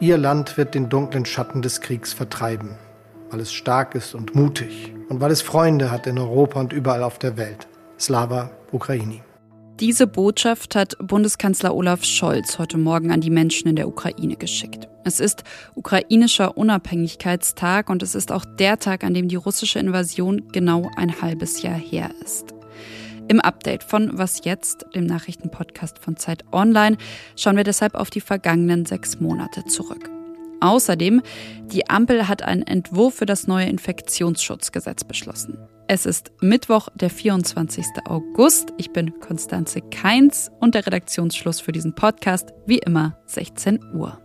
Ihr Land wird den dunklen Schatten des Kriegs vertreiben, weil es stark ist und mutig und weil es Freunde hat in Europa und überall auf der Welt. Slava Ukraini. Diese Botschaft hat Bundeskanzler Olaf Scholz heute Morgen an die Menschen in der Ukraine geschickt. Es ist ukrainischer Unabhängigkeitstag und es ist auch der Tag, an dem die russische Invasion genau ein halbes Jahr her ist. Im Update von Was jetzt, dem Nachrichtenpodcast von Zeit Online, schauen wir deshalb auf die vergangenen 6 Monate zurück. Außerdem, die Ampel hat einen Entwurf für das neue Infektionsschutzgesetz beschlossen. Es ist Mittwoch, der 24. August. Ich bin Konstanze Kainz und der Redaktionsschluss für diesen Podcast, wie immer, 16 Uhr.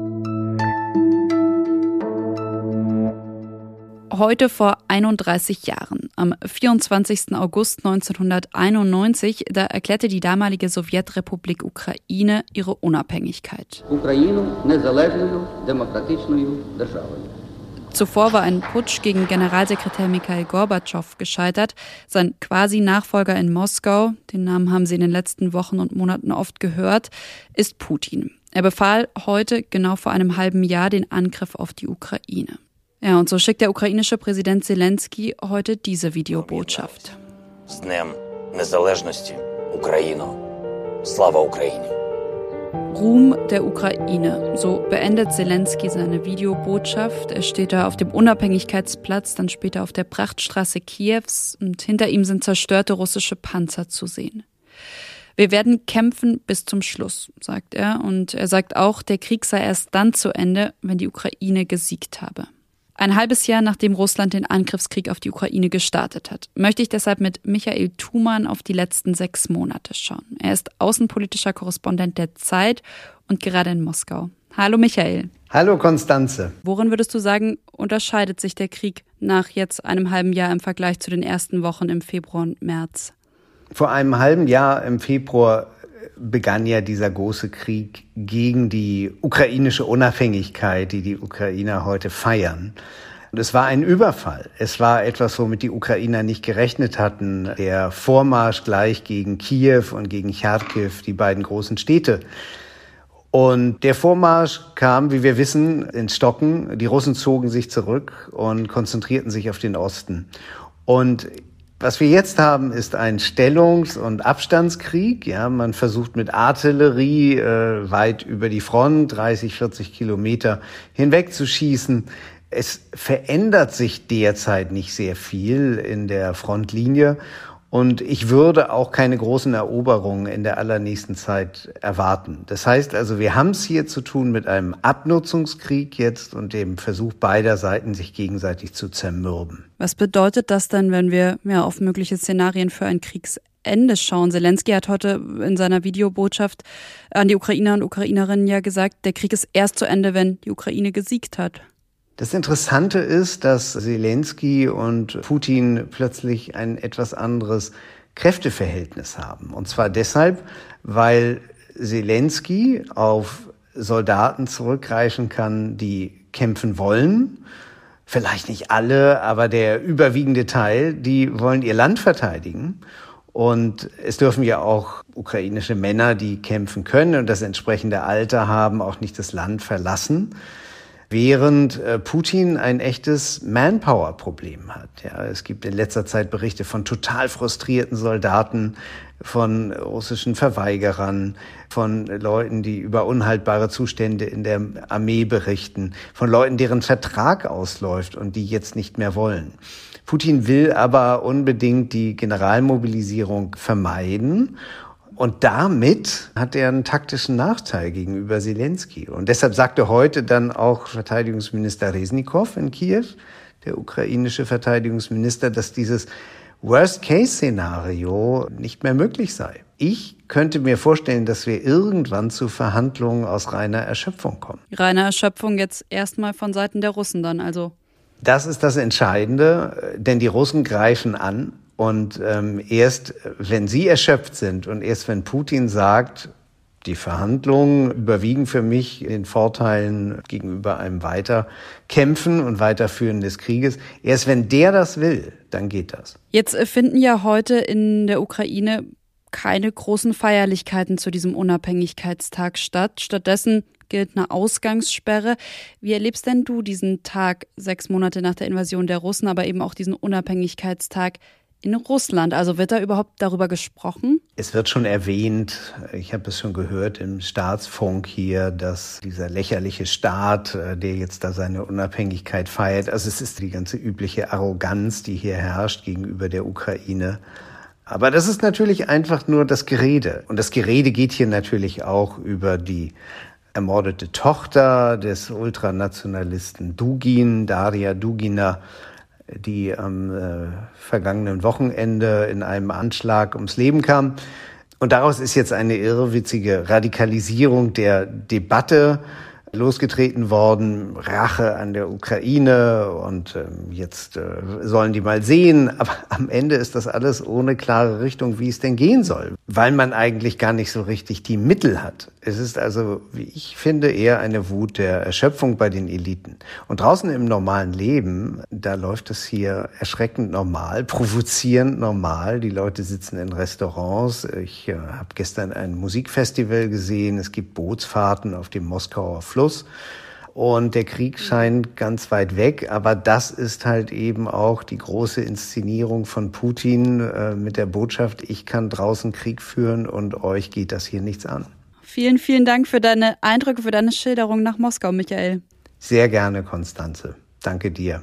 Heute vor 31 Jahren, am 24. August 1991, da erklärte die damalige Sowjetrepublik Ukraine ihre Unabhängigkeit. Zuvor war ein Putsch gegen Generalsekretär Michail Gorbatschow gescheitert. Sein Quasi-Nachfolger in Moskau, den Namen haben Sie in den letzten Wochen und Monaten oft gehört, ist Putin. Er befahl heute, genau vor einem halben Jahr, den Angriff auf die Ukraine. Ja, und so schickt der ukrainische Präsident Zelensky heute diese Videobotschaft. С Днем Незалежності, Україно. Слава Україні. Ruhm der Ukraine. So beendet Zelensky seine Videobotschaft. Er steht da auf dem Unabhängigkeitsplatz, dann später auf der Prachtstraße Kiews und hinter ihm sind zerstörte russische Panzer zu sehen. Wir werden kämpfen bis zum Schluss, sagt er. Und er sagt auch, der Krieg sei erst dann zu Ende, wenn die Ukraine gesiegt habe. Ein halbes Jahr nachdem Russland den Angriffskrieg auf die Ukraine gestartet hat, möchte ich deshalb mit Michael Thumann auf die letzten 6 Monate schauen. Er ist außenpolitischer Korrespondent der Zeit und gerade in Moskau. Hallo Michael. Hallo Konstanze. Worin würdest du sagen, unterscheidet sich der Krieg nach jetzt einem halben Jahr im Vergleich zu den ersten Wochen im Februar und März? Vor einem halben Jahr im Februar begann ja dieser große Krieg gegen die ukrainische Unabhängigkeit, die die Ukrainer heute feiern. Und es war ein Überfall. Es war etwas, womit die Ukrainer nicht gerechnet hatten. Der Vormarsch gleich gegen Kiew und gegen Charkiw, die beiden großen Städte. Und der Vormarsch kam, wie wir wissen, ins Stocken. Die Russen zogen sich zurück und konzentrierten sich auf den Osten. Und was wir jetzt haben, ist ein Stellungs- und Abstandskrieg. Ja, man versucht mit Artillerie weit über die Front, 30, 40 Kilometer hinweg zu schießen. Es verändert sich derzeit nicht sehr viel in der Frontlinie. Und ich würde auch keine großen Eroberungen in der allernächsten Zeit erwarten. Das heißt also, wir haben es hier zu tun mit einem Abnutzungskrieg jetzt und dem Versuch beider Seiten, sich gegenseitig zu zermürben. Was bedeutet das denn, wenn wir auf mögliche Szenarien für ein Kriegsende schauen? Zelensky hat heute in seiner Videobotschaft an die Ukrainer und Ukrainerinnen ja gesagt, der Krieg ist erst zu Ende, wenn die Ukraine gesiegt hat. Das Interessante ist, dass Zelensky und Putin plötzlich ein etwas anderes Kräfteverhältnis haben. Und zwar deshalb, weil Zelensky auf Soldaten zurückgreifen kann, die kämpfen wollen. Vielleicht nicht alle, aber der überwiegende Teil, die wollen ihr Land verteidigen. Und es dürfen ja auch ukrainische Männer, die kämpfen können und das entsprechende Alter haben, auch nicht das Land verlassen. Während Putin ein echtes Manpower-Problem hat. Ja, es gibt in letzter Zeit Berichte von total frustrierten Soldaten, von russischen Verweigerern, von Leuten, die über unhaltbare Zustände in der Armee berichten, von Leuten, deren Vertrag ausläuft und die jetzt nicht mehr wollen. Putin will aber unbedingt die Generalmobilisierung vermeiden. Und damit hat er einen taktischen Nachteil gegenüber Zelensky. Und deshalb sagte heute dann auch Verteidigungsminister Resnikow in Kiew, der ukrainische Verteidigungsminister, dass dieses Worst-Case-Szenario nicht mehr möglich sei. Ich könnte mir vorstellen, dass wir irgendwann zu Verhandlungen aus reiner Erschöpfung kommen. Reine Erschöpfung jetzt erstmal von Seiten der Russen dann also? Das ist das Entscheidende, denn die Russen greifen an. Und erst wenn sie erschöpft sind und erst wenn Putin sagt, die Verhandlungen überwiegen für mich in den Vorteilen gegenüber einem Weiterkämpfen und Weiterführen des Krieges, erst wenn der das will, dann geht das. Jetzt finden ja heute in der Ukraine keine großen Feierlichkeiten zu diesem Unabhängigkeitstag statt. Stattdessen gilt eine Ausgangssperre. Wie erlebst denn du diesen Tag, 6 Monate nach der Invasion der Russen, aber eben auch diesen Unabhängigkeitstag in Russland? Also wird da überhaupt darüber gesprochen? Es wird schon erwähnt, ich habe es schon gehört im Staatsfunk hier, dass dieser lächerliche Staat, der jetzt da seine Unabhängigkeit feiert, also es ist die ganze übliche Arroganz, die hier herrscht gegenüber der Ukraine. Aber das ist natürlich einfach nur das Gerede. Und das Gerede geht hier natürlich auch über die ermordete Tochter des Ultranationalisten Dugin, Daria Dugina, die am vergangenen Wochenende in einem Anschlag ums Leben kam. Und daraus ist jetzt eine irrwitzige Radikalisierung der Debatte losgetreten worden, Rache an der Ukraine und jetzt sollen die mal sehen. Aber am Ende ist das alles ohne klare Richtung, wie es denn gehen soll, weil man eigentlich gar nicht so richtig die Mittel hat. Es ist also, wie ich finde, eher eine Wut der Erschöpfung bei den Eliten. Und draußen im normalen Leben, da läuft es hier erschreckend normal, provozierend normal. Die Leute sitzen in Restaurants. Ich habe gestern ein Musikfestival gesehen. Es gibt Bootsfahrten auf dem Moskauer Fluss. Und der Krieg scheint ganz weit weg, aber das ist halt eben auch die große Inszenierung von Putin mit der Botschaft, ich kann draußen Krieg führen und euch geht das hier nichts an. Vielen, vielen Dank für deine Eindrücke, für deine Schilderung nach Moskau, Michael. Sehr gerne, Konstanze. Danke dir.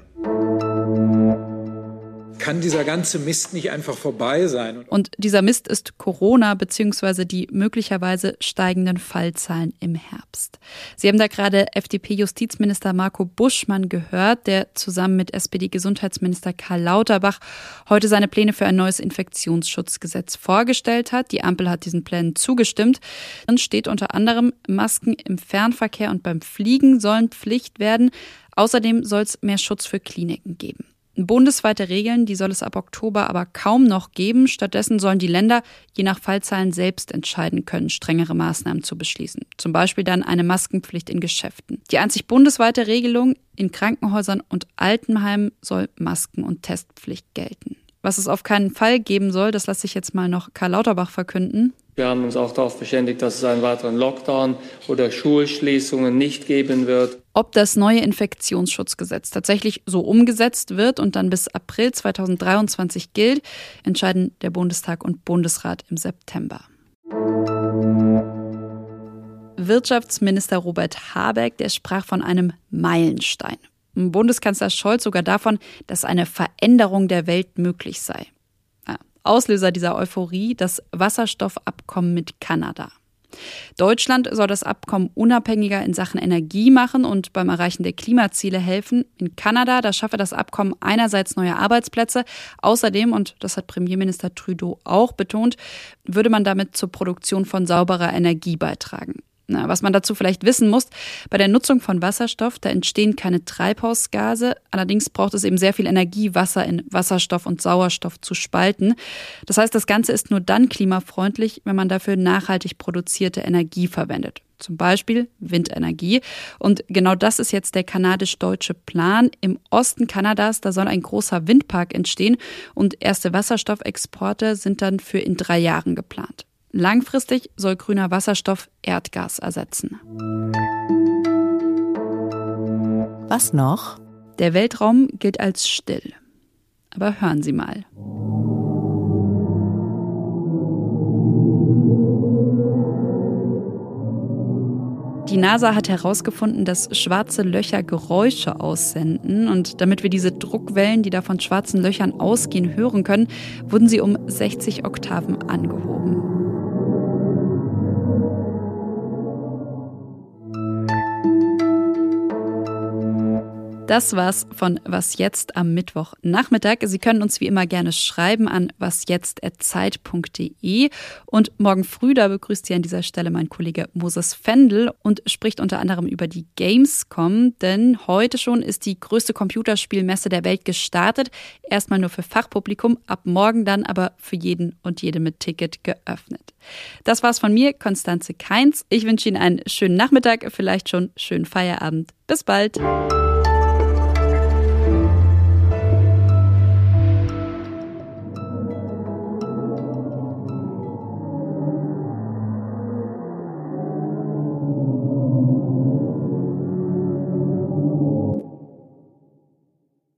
Kann dieser ganze Mist nicht einfach vorbei sein? Und dieser Mist ist Corona bzw. die möglicherweise steigenden Fallzahlen im Herbst. Sie haben da gerade FDP-Justizminister Marco Buschmann gehört, der zusammen mit SPD-Gesundheitsminister Karl Lauterbach heute seine Pläne für ein neues Infektionsschutzgesetz vorgestellt hat. Die Ampel hat diesen Plänen zugestimmt. Dann steht unter anderem, Masken im Fernverkehr und beim Fliegen sollen Pflicht werden. Außerdem soll es mehr Schutz für Kliniken geben. Bundesweite Regeln, die soll es ab Oktober aber kaum noch geben. Stattdessen sollen die Länder je nach Fallzahlen selbst entscheiden können, strengere Maßnahmen zu beschließen. Zum Beispiel dann eine Maskenpflicht in Geschäften. Die einzig bundesweite Regelung: in Krankenhäusern und Altenheimen soll Masken- und Testpflicht gelten. Was es auf keinen Fall geben soll, das lasse ich jetzt mal noch Karl Lauterbach verkünden. Wir haben uns auch darauf verständigt, dass es einen weiteren Lockdown oder Schulschließungen nicht geben wird. Ob das neue Infektionsschutzgesetz tatsächlich so umgesetzt wird und dann bis April 2023 gilt, entscheiden der Bundestag und Bundesrat im September. Wirtschaftsminister Robert Habeck, der sprach von einem Meilenstein. Bundeskanzler Scholz sogar davon, dass eine Veränderung der Welt möglich sei. Auslöser dieser Euphorie, das Wasserstoffabkommen mit Kanada. Deutschland soll das Abkommen unabhängiger in Sachen Energie machen und beim Erreichen der Klimaziele helfen. In Kanada, da schaffe das Abkommen einerseits neue Arbeitsplätze. Außerdem, und das hat Premierminister Trudeau auch betont, würde man damit zur Produktion von sauberer Energie beitragen. Was man dazu vielleicht wissen muss, bei der Nutzung von Wasserstoff, da entstehen keine Treibhausgase. Allerdings braucht es eben sehr viel Energie, Wasser in Wasserstoff und Sauerstoff zu spalten. Das heißt, das Ganze ist nur dann klimafreundlich, wenn man dafür nachhaltig produzierte Energie verwendet. Zum Beispiel Windenergie. Und genau das ist jetzt der kanadisch-deutsche Plan. Im Osten Kanadas, da soll ein großer Windpark entstehen und erste Wasserstoffexporte sind dann für in 3 Jahren geplant. Langfristig soll grüner Wasserstoff Erdgas ersetzen. Was noch? Der Weltraum gilt als still. Aber hören Sie mal. Die NASA hat herausgefunden, dass schwarze Löcher Geräusche aussenden. Und damit wir diese Druckwellen, die da von schwarzen Löchern ausgehen, hören können, wurden sie um 60 Oktaven angehoben. Das war's von Was Jetzt am Mittwochnachmittag. Sie können uns wie immer gerne schreiben an wasjetzt@zeit.de. Und morgen früh, da begrüßt Sie an dieser Stelle mein Kollege Moses Fendel und spricht unter anderem über die Gamescom. Denn heute schon ist die größte Computerspielmesse der Welt gestartet. Erstmal nur für Fachpublikum, ab morgen dann aber für jeden und jede mit Ticket geöffnet. Das war's von mir, Konstanze Kainz. Ich wünsche Ihnen einen schönen Nachmittag, vielleicht schon schönen Feierabend. Bis bald.